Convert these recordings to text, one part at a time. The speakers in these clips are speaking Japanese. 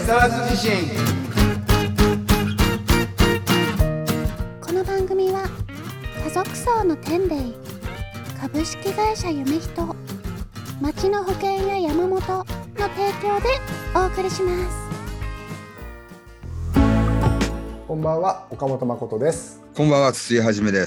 更津地震。 この番組は家族層の天霊株式会社夢人町の保険や山本の提供でお送りします。 こんばんは、岡本誠です。 こんばんは、筒井はじめです。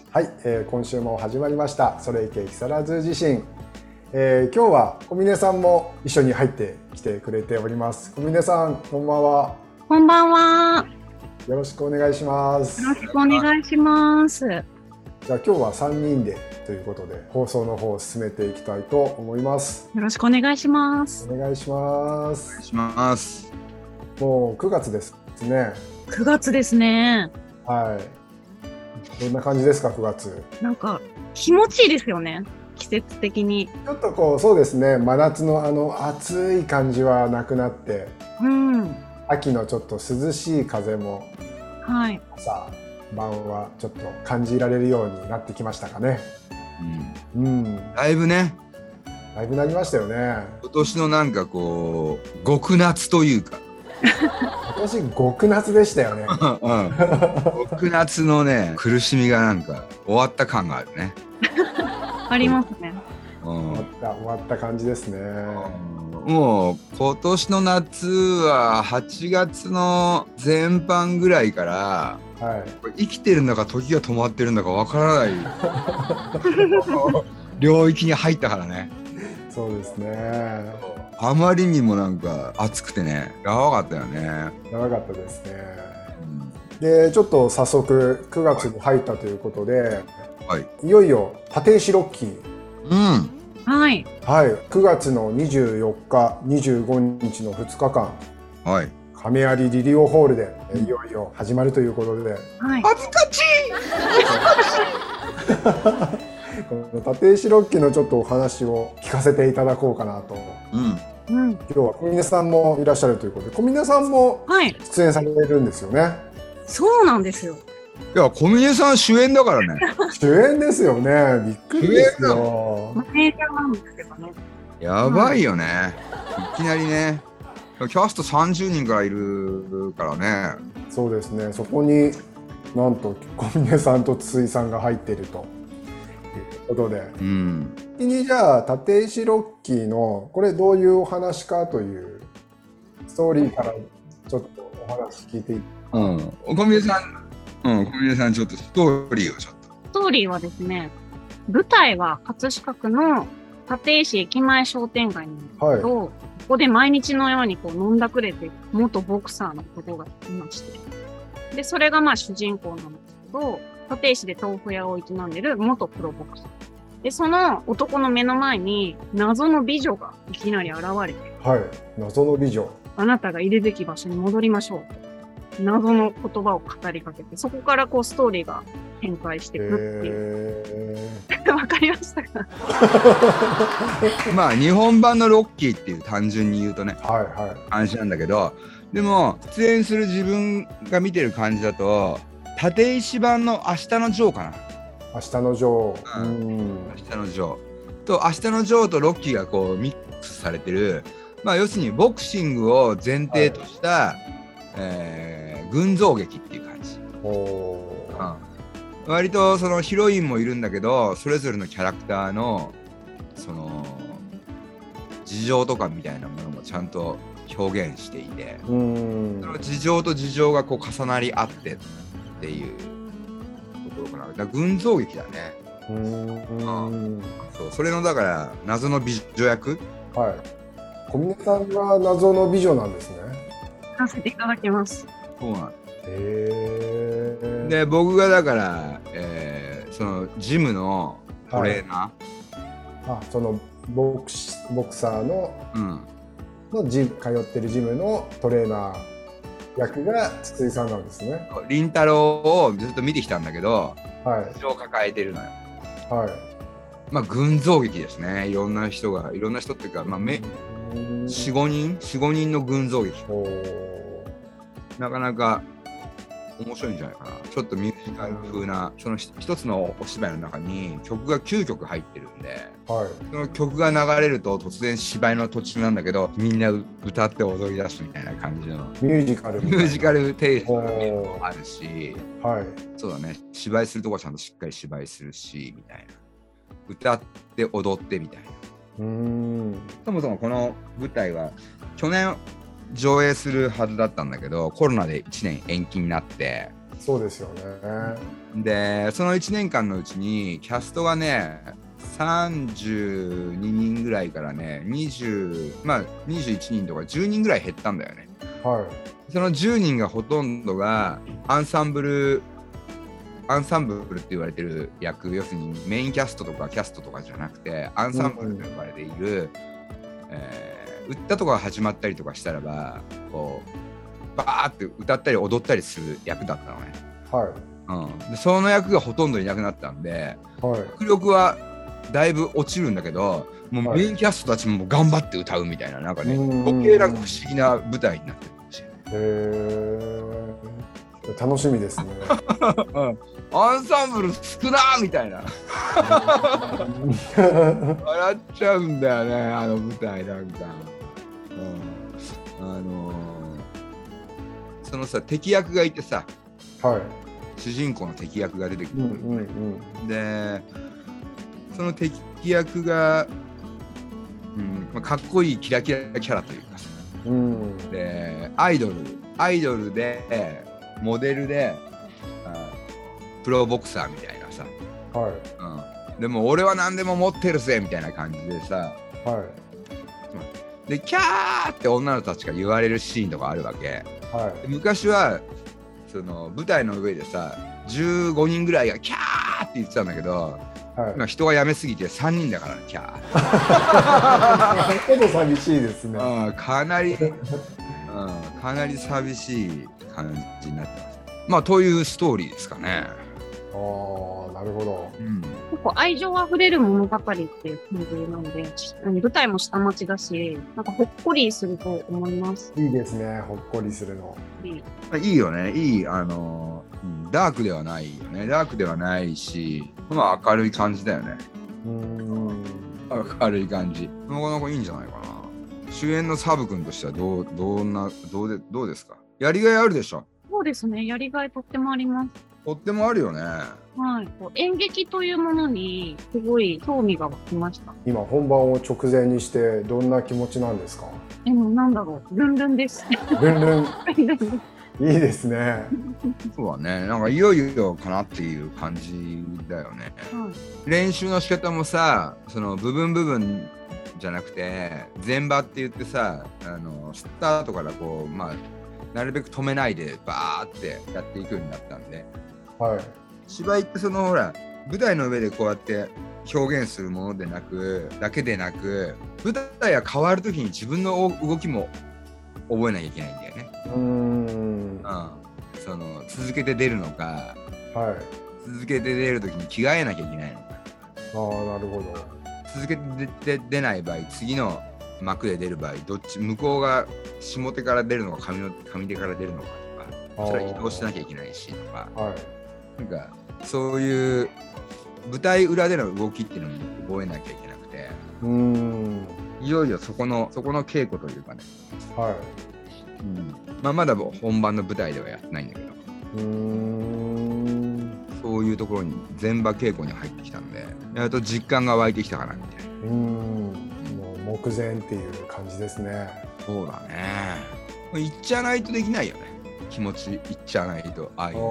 はい、今週も始まりましたそれいけ木更津地震。今日は小峰さんも一緒に入ってきてくれております。小峰さん、こんばんは。 こんばんは。 よろしくお願いします。 よろしくお願いします。 じゃあ今日は3人でということで放送の方を進めていきたいと思います。 よろしくお願いします。 お願いします。 お願いします。 もう9月ですね。 9月ですね。 はい。どんな感じですか、9月。 なんか気持ちいいですよね。季節的に。 ちょっとこう、そうですね。真夏の暑い感じはなくなって、 うん。 秋のちょっと涼しい風も、 はい。 朝晩はちょっと感じられるようになってきましたかね。 だいぶね。 だいぶなりましたよね。 今年のなんかこう極夏というか。 今年極夏でしたよね。 極夏のね苦しみがなんか終わった感があるね。 ありますね。 終わった感じですね。 もう今年の夏は8月の前半ぐらいから、はい、生きてるんだか時が止まってるんだかわからない領域に入ったからね。 そうですね。 あまりにもなんか暑くてね、やばかったよね。 やばかったですね。で、ちょっと早速9月に入ったということで、はい、いよいよ立石ロッキー。 はい。 はい。9月の24日、25日の2日間。はい。亀有リリオホールで、いよいよ始まるということで。 はい。 恥ずかしい。 この立石ロッキーのちょっとお話を聞かせていただこうかなと。今日は小峰さんもいらっしゃるということで、小峰さんも出演されるんですよね。はい、 そうなんですよ。 いや、小峰さん主演だからね。 主演ですよね。びっくりですよ。 マネージャーなんですけどね。 やばいよね。いきなりね。キャスト30人からいるからね。 そうですね。そこになんと小峰さんと筒井さんが入っているということで。先にじゃあ立石ロッキーのこれどういうお話かというストーリーからちょっとお話聞いていい？ 小峰さんちょっとストーリーをちょっと。 ストーリーはですね、舞台は葛飾区の立石駅前商店街なんですけど、ここで毎日のようにこう飲んだくれて元ボクサーの男がいまして、でそれがまあ主人公なんですけど、立石で豆腐屋を営んでる元プロボクサーで、その男の目の前に謎の美女がいきなり現れて、 謎の美女、 あなたがいるべき場所に戻りましょう、謎の言葉を語りかけて、そこからこうストーリーが展開していくっていう。わかりましたか？ まあ日本版のロッキーっていう単純に言うとね、話なんだけど、でも出演する自分が見てる感じだと立石版の明日のジョーかな。 明日のジョー、 明日のジョーと明日のジョーとロッキーがこうミックスされてる、まあ要するにボクシングを前提とした、群像劇っていう感じ。割とそのヒロインもいるんだけど、それぞれのキャラクターのその事情とかみたいなものもちゃんと表現していて、その事情と事情がこう重なり合ってっていうところかな。だから群像劇だね。そう、それのだから謎の美女役。 小峰さんが謎の美女なんですね。 させていただきます。 そうなんで、僕がだから、そのジムのトレーナー、 そのボクサーの、通ってるジムのトレーナー役が筒井さんなんですね。 凛太郎をずっと見てきたんだけど、事情を抱えてるのよ。まあ群像劇ですね。いろんな人っていうか、まあ4、5人の群像劇。なかなか面白いんじゃないかな。ちょっとミュージカル風な、その一つのお芝居の中に曲が9曲入ってるんで、はい、その曲が流れると突然芝居の途中なんだけど、みんな歌って踊り出すみたいな感じのミュージカルテイストもあるし、 はい、 そうだね、芝居するとこはちゃんとしっかり芝居するしみたいな、歌って踊ってみたいな。そもそもこの舞台は去年上映するはずだったんだけど、コロナで1年延期になって。 そうですよね。 でその1年間のうちにキャストがね32人ぐらいからね21人とか10人ぐらい減ったんだよね。 はい、 その10人がほとんどがアンサンブルって言われてる役、要するにメインキャストとかキャストとかじゃなくてアンサンブルと呼ばれている、歌とか始まったりとかしたらばこうバーって歌ったり踊ったりする役だったのね。 はい、 でその役がほとんどいなくなったんで、 はい、 迫力はだいぶ落ちるんだけど、もうメインキャストたちも頑張って歌うみたいな、なんかね余計な不思議な舞台になってるかもしれない。 楽しみですね。 アンサンブル少なみたいな笑っちゃうんだよね、あの舞台なんか。そのさ敵役がいてさ、 はい、 主人公の敵役が出てくる、でその敵役が、かっこいいキラキラキャラというかさ、でアイドルでモデルでプロボクサーみたいなさ、 はいでも俺は何でも持ってるぜみたいな感じでさ、 はい、 でキャーって女の子たちが言われるシーンとかあるわけ。 はい、 昔はその舞台の上でさ15人ぐらいがキャーって言ってたんだけど、はい、今人が辞めすぎて3人だからね、キャー。 ちょっと寂しいですね。 かなり寂しい感じになってます。まあというストーリーですかね。 なるほど。 結構愛情あふれる物語っていう感じなので、舞台も下町だし、なんかほっこりすると思います。 いいですね、ほっこりするの。 いいよね、ダークではないよね。ダークではないし、まあ明るい感じだよね。明るい感じ。なかなかいいんじゃないかな。主演のサブ君としてはどうですか？やりがいあるでしょ？ そうですね、やりがいとってもあります。 とってもあるよね。 はい、演劇というものにすごい興味が湧きました。 今本番を直前にしてどんな気持ちなんですか？ でもなんだろう、ルンルンです。 ルンルン。いいですね。 そうだね、なんかいよいよかなっていう感じだよね。練習の仕方もさ、その部分じゃなくて全場って言ってさ、スタートからこうなるべく止めないでバーってやっていくようになったんで。 はい。 芝居ってそのほら舞台の上でこうやって表現するものだけでなく、舞台が変わるときに自分の動きも覚えなきゃいけないんだよね。その続けて出るのか、 はい、 続けて出るときに着替えなきゃいけないのか。 なるほど。 続けて出ない場合、次の幕で出る場合、どっち向こうが下手から出るのか上手から出るのかとか、それは移動しなきゃいけないしとか、なんかそういう舞台裏での動きっていうのも覚えなきゃいけなくて、いよいよそこの稽古というかね、まだ本番の舞台ではやってないんだけど、そういうところに全場稽古に入ってきたんで、やっと実感が湧いてきたかなみたいな。 もう目前っていう感じですね。 そうだね。言っちゃないとできないよね。気持ち言っちゃないと。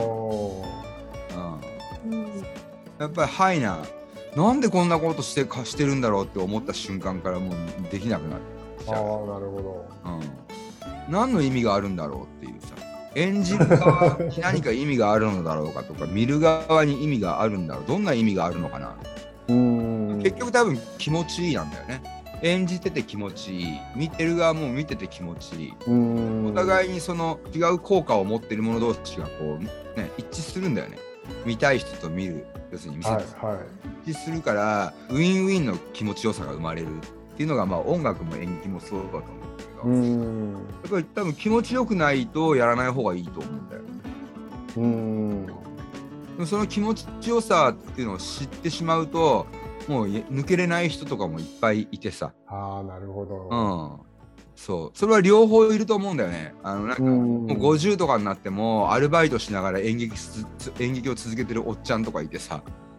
やっぱりハイナ、なんでこんなことしてるんだろうって思った瞬間からもうできなくなる。 なるほど。 何の意味があるんだろうっていうさ、演じる側に何か意味があるのだろうかとか、見る側に意味があるんだろう、どんな意味があるのかな。結局多分気持ちいいなんだよね。演じてて気持ちいい、見てる側も見てて気持ちいい。お互いにその違う効果を持ってる者同士がこうね一致するんだよね。見たい人と見る、要するに見せて、一致するからウィンウィンの気持ちよさが生まれるっていうのが、音楽も演劇もそうだと思うんだけど、やっぱり多分気持ちよくないとやらない方がいいと思うんだよ。 その気持ちよさっていうのを知ってしまうともう抜けれない人とかもいっぱいいてさ。 ああ、なるほど。 そう、それは両方いると思うんだよね。なんかもう50とかになってもアルバイトしながら演劇を続けてるおっちゃんとかいてさ。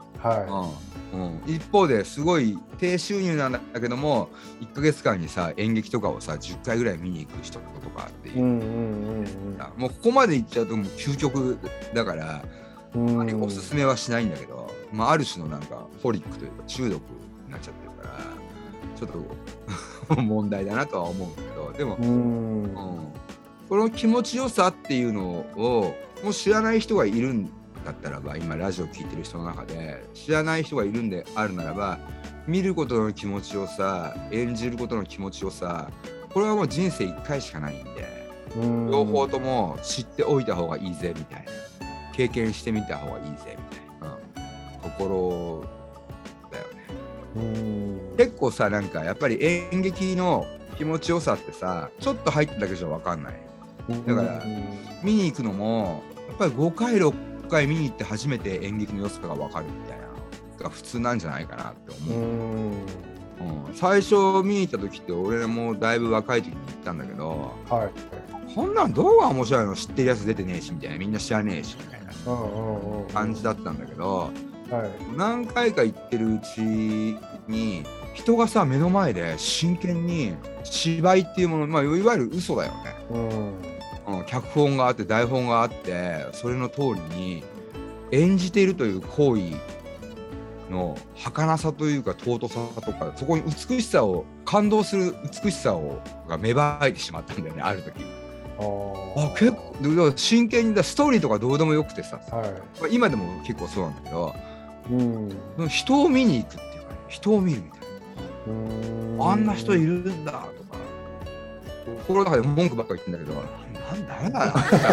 一方ですごい低収入なんだけども1ヶ月間にさ演劇とかをさ10回ぐらい見に行く人とかっていう、もうここまで行っちゃうともう究極だからおすすめはしないんだけど、ある種のなんかホリックというか中毒になっちゃってるからちょっと問題だなとは思うんだけど、でもこの気持ちよさっていうのをもう知らない人がいるんだったらば、今ラジオ聞いてる人の中で知らない人がいるんであるならば、見ることの気持ちよさ、演じることの気持ちよさ、これはもう人生1回しかないんで、両方とも知っておいた方がいいぜみたいな、経験してみた方がいいぜみたいな、ところだよね。結構さ、なんかやっぱり演劇の気持ちよさってさ、ちょっと入っただけじゃ分かんない。だから見に行くのもやっぱり5回6回見に行って初めて演劇の良さが分かるみたいなのが普通なんじゃないかなって思う。最初見に行った時って俺もだいぶ若い時に行ったんだけど、こんなんどうが面白いの、知ってるやつ出てねえしみたいな、みんな知らねえしみたいな感じだったんだけど、何回か行ってるうちに人がさ目の前で真剣に芝居っていうもの、いわゆる嘘だよね。脚本があって台本があってそれの通りに演じているという行為の儚さというか尊さとか、そこに美しさを感動する美しさが芽生えてしまったんだよね、ある時。結構真剣にストーリーとかどうでもよくてさ、今でも結構そうなんだけど、人を見に行くっていうか、ね、人を見るみたいな、あんな人いるんだとか心の中で文句ばっかり言ってんだけど、なんだ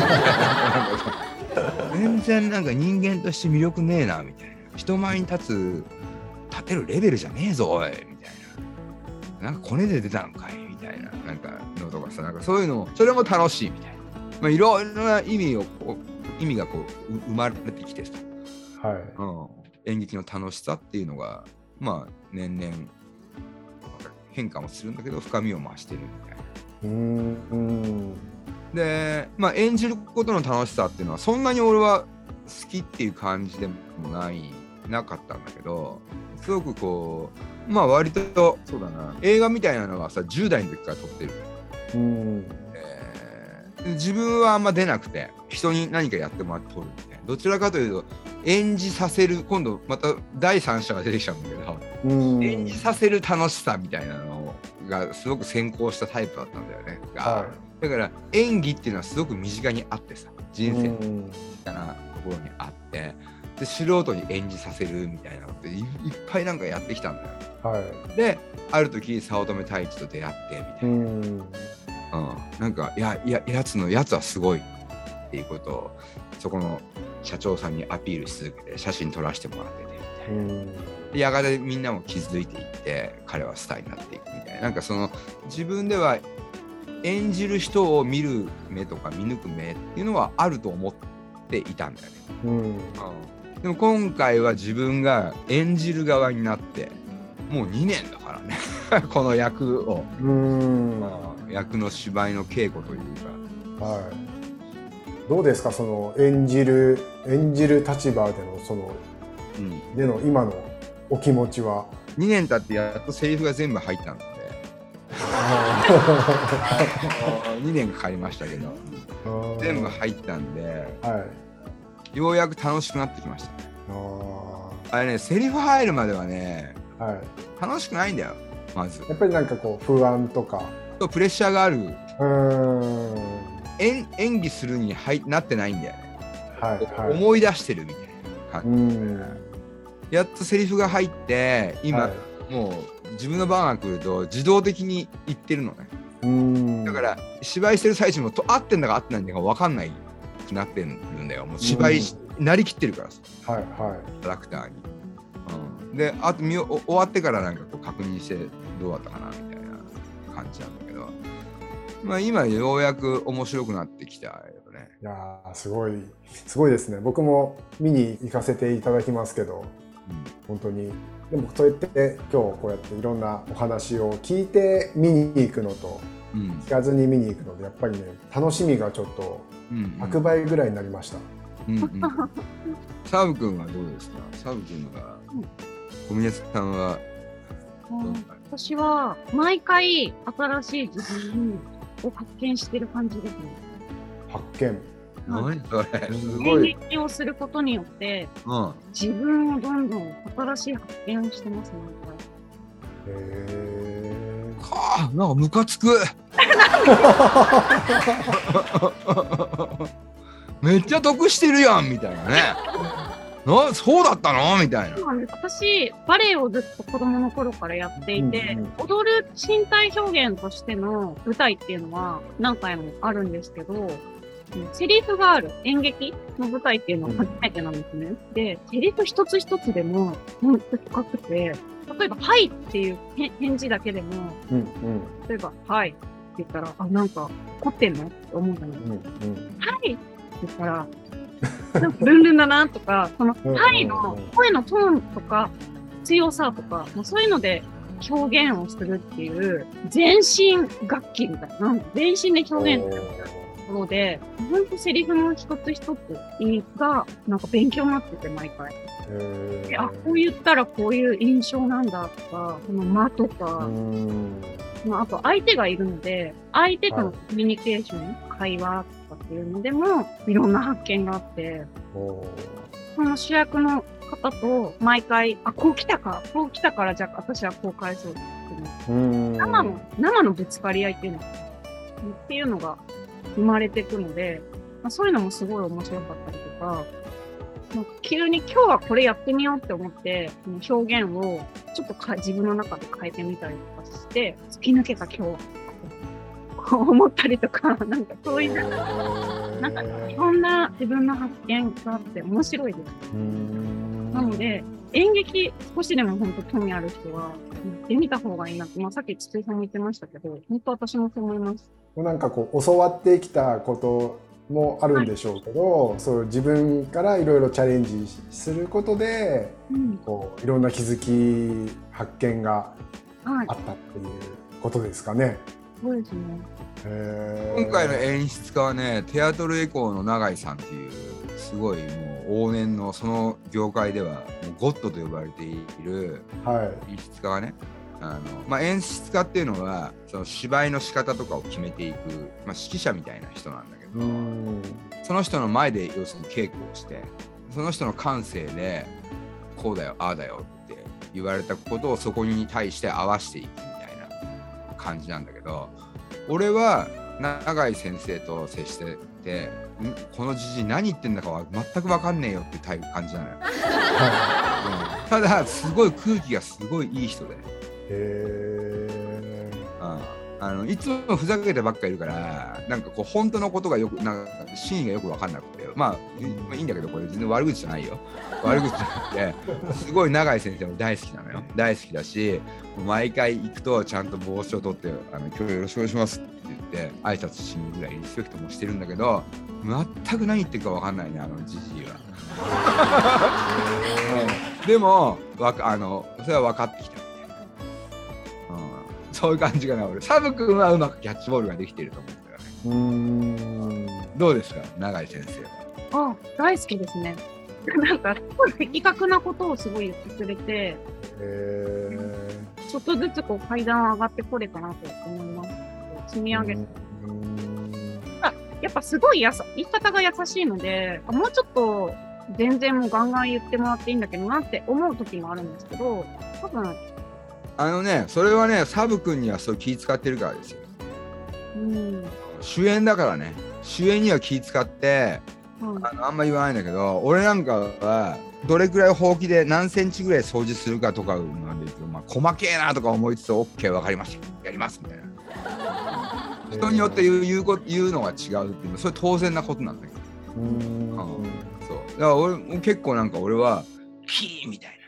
全然なんか人間として魅力ねえなみたいな、人前に立てるレベルじゃねえぞおいみたいな、なんかコネで出たんかいみたいな、なんかのとかさ、なんかそういうのそれも楽しいみたいな、いろんな意味がこう生まれてきてさ、演劇の楽しさっていうのが年々変化もするんだけど深みを増してるみたいな。で、演じることの楽しさっていうのはそんなに俺は好きっていう感じでもなかったんだけど、すごくこう割とそうだな、映画みたいなのはさ10代の時から撮ってる。自分はあんま出なくて人に何かやってもらって撮るみたいな、どちらかというと演じさせる、今度また第三者が出てきちゃうんだけど、演じさせる楽しさみたいなのがすごく先行したタイプだったんだよね。だから演技っていうのはすごく身近にあってさ、人生みたいなところにあって、で素人に演じさせるみたいなのっていっぱいなんかやってきたんだよ。である時早乙女太一と出会ってみたいな、なんかやつはすごいっていうことをそこの社長さんにアピールし続けて写真撮らせてもらっててみたいな。でやがてみんなも気づいていって彼はスターになっていくみたいな、なんかその自分では演じる人を見る目とか見抜く目っていうのはあると思っていたんだよね。でも今回は自分が演じる側になってもう2年だからねこの役を、役の芝居の稽古というか。 どうですか、その演じる立場でのその、での今のお気持ちは。 2年経ってやっとセリフが全部入ったので2年かかりましたけど全部入ったんで、ようやく楽しくなってきましたね。あれね、セリフ入るまではね、楽しくないんだよ。まずやっぱりなんかこう不安とかプレッシャーがある。演技するになってないんだよね。思い出してるみたいな感じ。やっとセリフが入って今、もう自分の番が来ると自動的に言ってるのね。だから芝居してる最中も合ってんだか合ってないんだか分かんないくなってるんだよ。もう芝居なりきってるからさ、キャラクターに。であと終わってからなんかこう確認してどうだったかなみたいな感じなんだけど、 まあ今ようやく面白くなってきたよね。 いやすごいですね。僕も見に行かせていただきますけど、本当にでもそうやって今日こうやっていろんなお話を聞いて見に行くのと、聞かずに見に行くのでやっぱりね楽しみがちょっと100倍ぐらいになりました。 サブ君はどうですか？サブ君は小峰さんは私は毎回新しい自分を発見してる感じですね。 発見。 何それ？ 演劇をすることによって、自分をどんどん新しい発見をしてますね。 はあ、なんかムカつく。めっちゃ得してるやんみたいなね。そうだったのみたいな。 私バレエをずっと子供の頃からやっていて、踊る身体表現としての舞台っていうのは何回もあるんですけど、セリフがある演劇の舞台っていうのは初めてなんですね。で、セリフ一つ一つでも本当深くて、例えば「はい」っていう返事だけでも、例えば「はい」って言ったら、なんか怒ってんのって思うんだけど、はいって言ったらなんかルンルンだなとか、その「はい」の声のトーンとか強さとか、そういうので表現をするっていう全身楽器みたいな、全身で表現するみたいなところで、本当セリフの一つ一つがなんか勉強になってて、毎回。こう言ったらこういう印象なんだとか、この間とか、あと相手がいるので、相手とのコミュニケーション、会話とかっていうのでもいろんな発見があって、その主役の方と毎回、こう来たからじゃあ私はこう返そうっていう生のぶつかり合いっていうのが生まれていくので、そういうのもすごい面白かったりとか、なんか急に今日はこれやってみようって思って、表現をちょっと自分の中で変えてみたりとかして、突き抜けた今日はこう思ったりとか、なんかそういうなんかいろんな自分の発見があって面白いです。なので演劇少しでも本当興味ある人はやってみた方がいいなって、さっき筒井さんも言ってましたけど、本当私もそう思います。 なんかこう教わってきたこともあるんでしょうけど、そう自分からいろいろチャレンジすることで、こういろんな気づき発見があったっていうことですかね。 そうですね。 今回の演出家はね、テアトルエコーの永井さんっていうすごいもう往年のその業界ではもうゴッドと呼ばれている演出家がね、演出家っていうのはその芝居の仕方とかを決めていく、指揮者みたいな人なんだけど、その人の前で要するに稽古をして、その人の感性でこうだよああだよって言われたことをそこに対して合わせていくみたいな感じなんだけど、俺は永井先生と接してて、このじじい何言ってんだかは全く分かんねえよっていう感じなのよ。ただすごい空気がすごいいい人で、いつもふざけてばっかりいるから、なんかこう本当のことがよくなんか真意がよく分かんなくて、いいんだけど、これ全然悪口じゃないよ。悪口じゃなくてすごい永井先生も大好きなのよ。大好きだし、毎回行くとちゃんと帽子を取って今日よろしくお願いしますって言って挨拶しにぐらいリスペクトもしてるんだけど、全く何言ってるか分かんないね、じじいは。でもそれは分かってきたみたいな、そういう感じかな。俺サブ君はうまくキャッチボールができていると思うんだよね。どうですか、永井先生は。 大好きですね。なんか的確なことをすごい言ってくれて、ちょっとずつこう階段を上がってこれたなと思います。積み上げて。やっぱすごい言い方が優しいので、もうちょっと全然もうガンガン言ってもらっていいんだけどなって思う時もあるんですけど、多分それはね、サブ君にはそう気使ってるからですよ。主演だからね、主演には気使って、あんま言わないんだけど、俺なんかはどれくらいほうきで何センチぐらい掃除するかとかなんですけど、細けえなとか思いつつ OK 分かりました、やりますみたいな。人によって言うのが違うっていうの、それ当然なことなんだけど。そうだから俺も結構なんか俺はキーみたい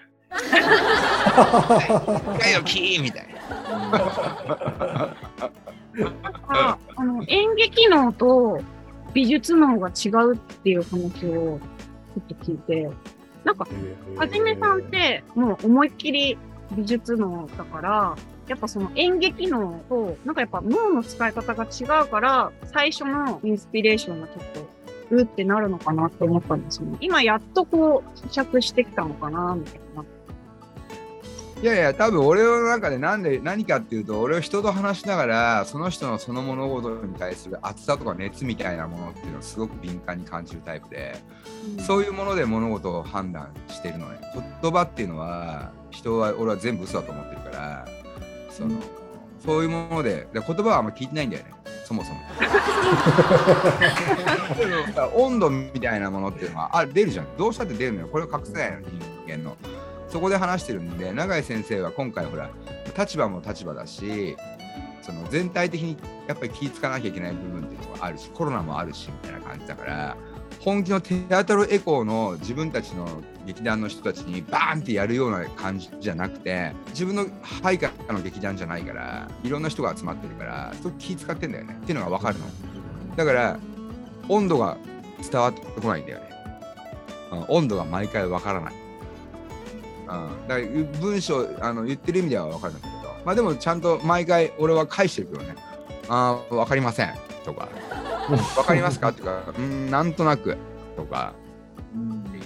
なキーみたいな演劇能と美術能が違うっていう話をちょっと聞いて、なんか、はじめさんってもう思いっきり美術能だから、やっぱその演劇能と、なんかやっぱ脳の使い方が違うから、最初のインスピレーションがちょっと、ってなるのかなって思ったんですよね。今やっとこう、咀嚼してきたのかな、みたいな。 いやいや、多分俺の中で何かっていうと、俺を人と話しながら、その人のその物事に対する熱さとか熱みたいなものっていうのをすごく敏感に感じるタイプで、そういうもので物事を判断してるのね。言葉っていうのは、俺は全部嘘だと思ってるから、そういうもので、言葉はあんま聞いてないんだよね、そもそも。温度みたいなものっていうのは出るじゃん。どうしたって出るのよ。これを隠せないの、人間の。そこで話してるんで、永井先生は今回ほら立場も立場だし、その全体的にやっぱり気ぃつかなきゃいけない部分っていうのがあるし、コロナもあるしみたいな感じだから、本気のテアトルエコーの自分たちの劇団の人たちにバーンってやるような感じじゃなくて、自分の配下の劇団じゃないから、いろんな人が集まってるからそれ気使ってんだよねっていうのが分かるの。だから温度が伝わってこないんだよね。温度が毎回分からない。だから文章言ってる意味では分かるんだけど、まあでもちゃんと毎回俺は返してるけどね。分かりませんとか分かりますかとかなんとなくとかっていう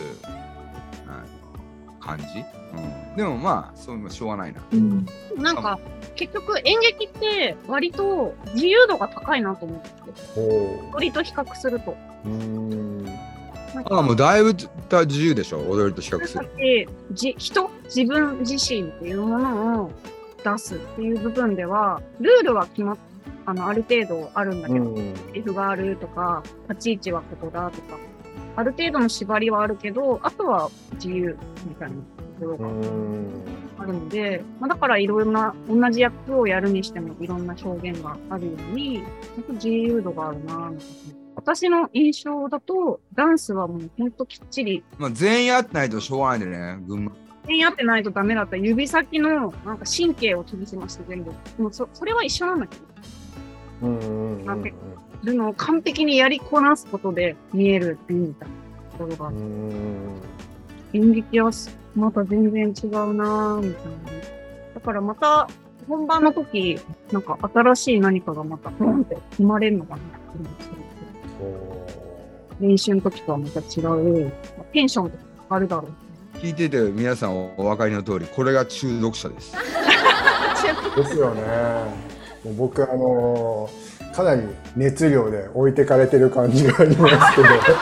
感じ、でもまあそういうのしょうがないな、 なんか結局演劇って割と自由度が高いなと思って踊りと比較すると。 もうだいぶ自由でしょ、踊りと比較する。 自分自身っていうものを出すっていう部分ではルールはある程度あるんだけど、セリフがあるとか立ち位置はここだとかある程度の縛りはあるけど、あとは自由みたいなところがあるので、だからいろんな同じ役をやるにしてもいろんな表現があるように自由度があるな。私の印象だとダンスはもうほんときっちり、 全員やってないとしょうがないんでね。 全員やってないとダメだった。指先のなんか神経を研ぎ澄まして全部もうそれは一緒なんだけど、るのを完璧にやりこなすことで見えるっていうみたいなところがあって、演劇はまた全然違うなぁみたいな。だからまた本番の時なんか新しい何かがまたポンって生まれるのかなって思うんですけど、練習の時とはまた違うテンションとかあるだろう。 聞いてて皆さんお分かりの通り、これが中毒者です。 ですよね。もう僕かなり熱量で置いてかれてる感じがありますけ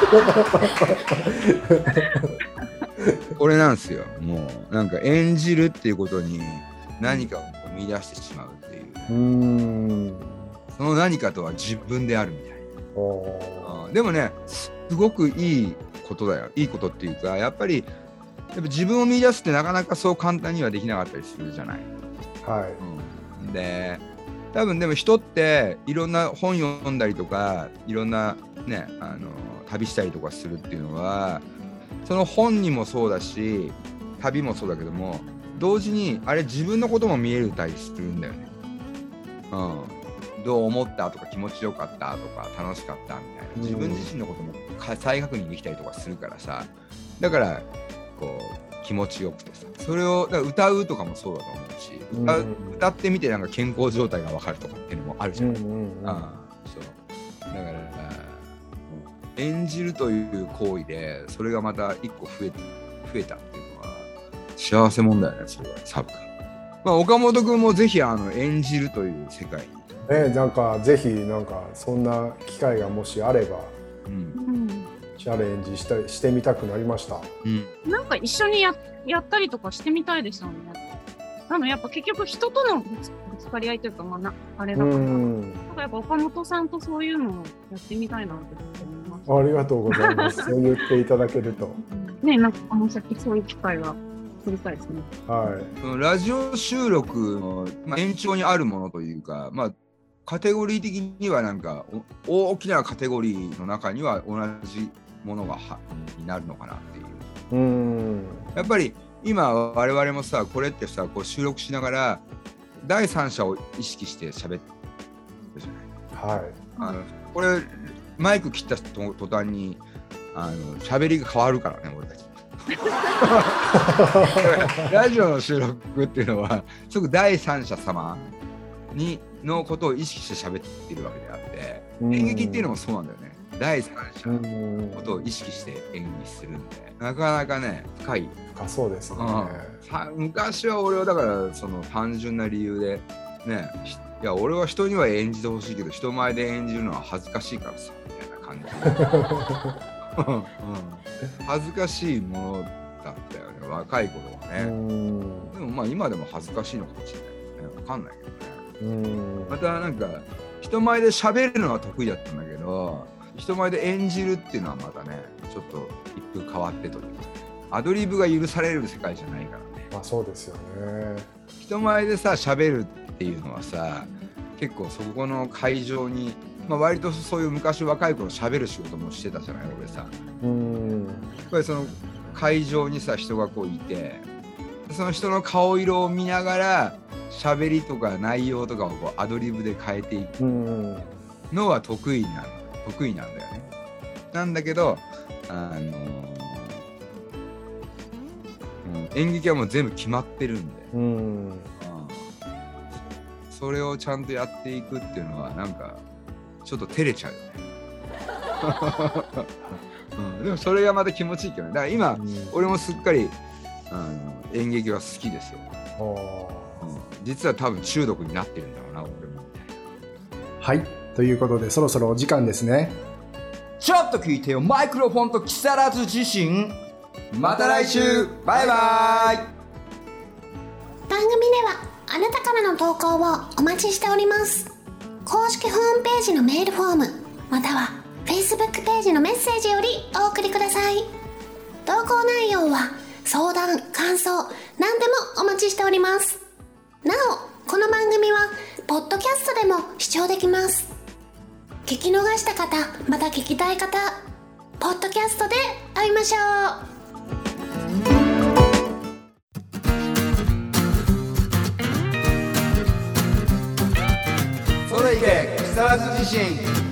どこれなんですよ。もうなんか演じるっていうことに何かを見出してしまうっていう、その何かとは自分であるみたいな。でもね、すごくいいことだよ。いいことっていうか、やっぱ自分を見出すってなかなかそう簡単にはできなかったりするじゃない。で多分でも人っていろんな本読んだりとかいろんなね旅したりとかするっていうのは、その本にもそうだし旅もそうだけども、同時にあれ自分のことも見えたりするんだよね。どう思ったとか気持ちよかったとか楽しかったみたいな、自分自身のことも再確認できたりとかするからさ、だからこう気持ちよくてさ、それを歌うとかもそうだと思うし、歌ってみてなんか健康状態が分かるとかっていうのもあるじゃん。そうだから演じるという行為でそれがまた一個増えたっていうのは幸せもんだよね。それはサブ君、岡本君もぜひ演じるという世界になんかぜひなんかそんな機会がもしあれば、チャレンジしてみたくなりました。 なんか一緒にやったりとかしてみたいですよね。やっぱ結局人とのぶつかり合いというか、あれだから、なんかやっぱ岡本さんとそういうのをやってみたいなって思います。 ありがとうございます。そう言っていただけると。 なんか先そういう機会が取りたいですね。 ラジオ収録の、延長にあるものというか、カテゴリー的にはなんか大きなカテゴリーの中には同じものがになるのかなっていう。やっぱり今我々もさ、これってさ、こう収録しながら第三者を意識して喋ってるじゃこれマイク切った途端に喋りが変わるからね俺たちラジオの収録っていうのはすごく第三者様のことを意識して喋ってるわけであって演劇っていうのもそうなんだよね。第三者のことを意識して演技するんでなかなかね深そうですね、 昔は俺はだからその単純な理由でねいや俺は人には演じてほしいけど人前で演じるのは恥ずかしいからさみたいな感じ恥ずかしいものだったよね若い頃はね。でもまあ今でも恥ずかしいのかもしれないけどね分かんないけどね。またなんか人前で喋るのは得意だったんだけど人前で演じるっていうのはまたねちょっと一風変わってというかアドリブが許される世界じゃないからね。 まあそうですよね。 人前でさ喋るっていうのはさ結構そこの会場に、割とそういう昔若い頃喋る仕事もしてたじゃない俺さ。やっぱりその会場にさ人がこういてその人の顔色を見ながら喋りとか内容とかをこうアドリブで変えていくのは得意なんだよね。なんだけど演劇はもう全部決まってるんで、それをちゃんとやっていくっていうのはなんかちょっと照れちゃうよね、でもそれがまた気持ちいいけどね。だから今、俺もすっかり演劇は好きですよ、実は多分中毒になってるんだろうな俺も。 はい、ということでそろそろお時間ですね。 ちょっと聞いてよマイクロフォンと木更津自身。また来週バイバイ。 番組ではあなたからの投稿をお待ちしております。公式ホームページのメールフォームまたは Facebook ページのメッセージよりお送りください。投稿内容は相談、感想何でもお待ちしております。なおこの番組はポッドキャストでも視聴できます。聞き逃した方また聞きたい方ポッドキャストで会いましょう。 それいけ木更津自身。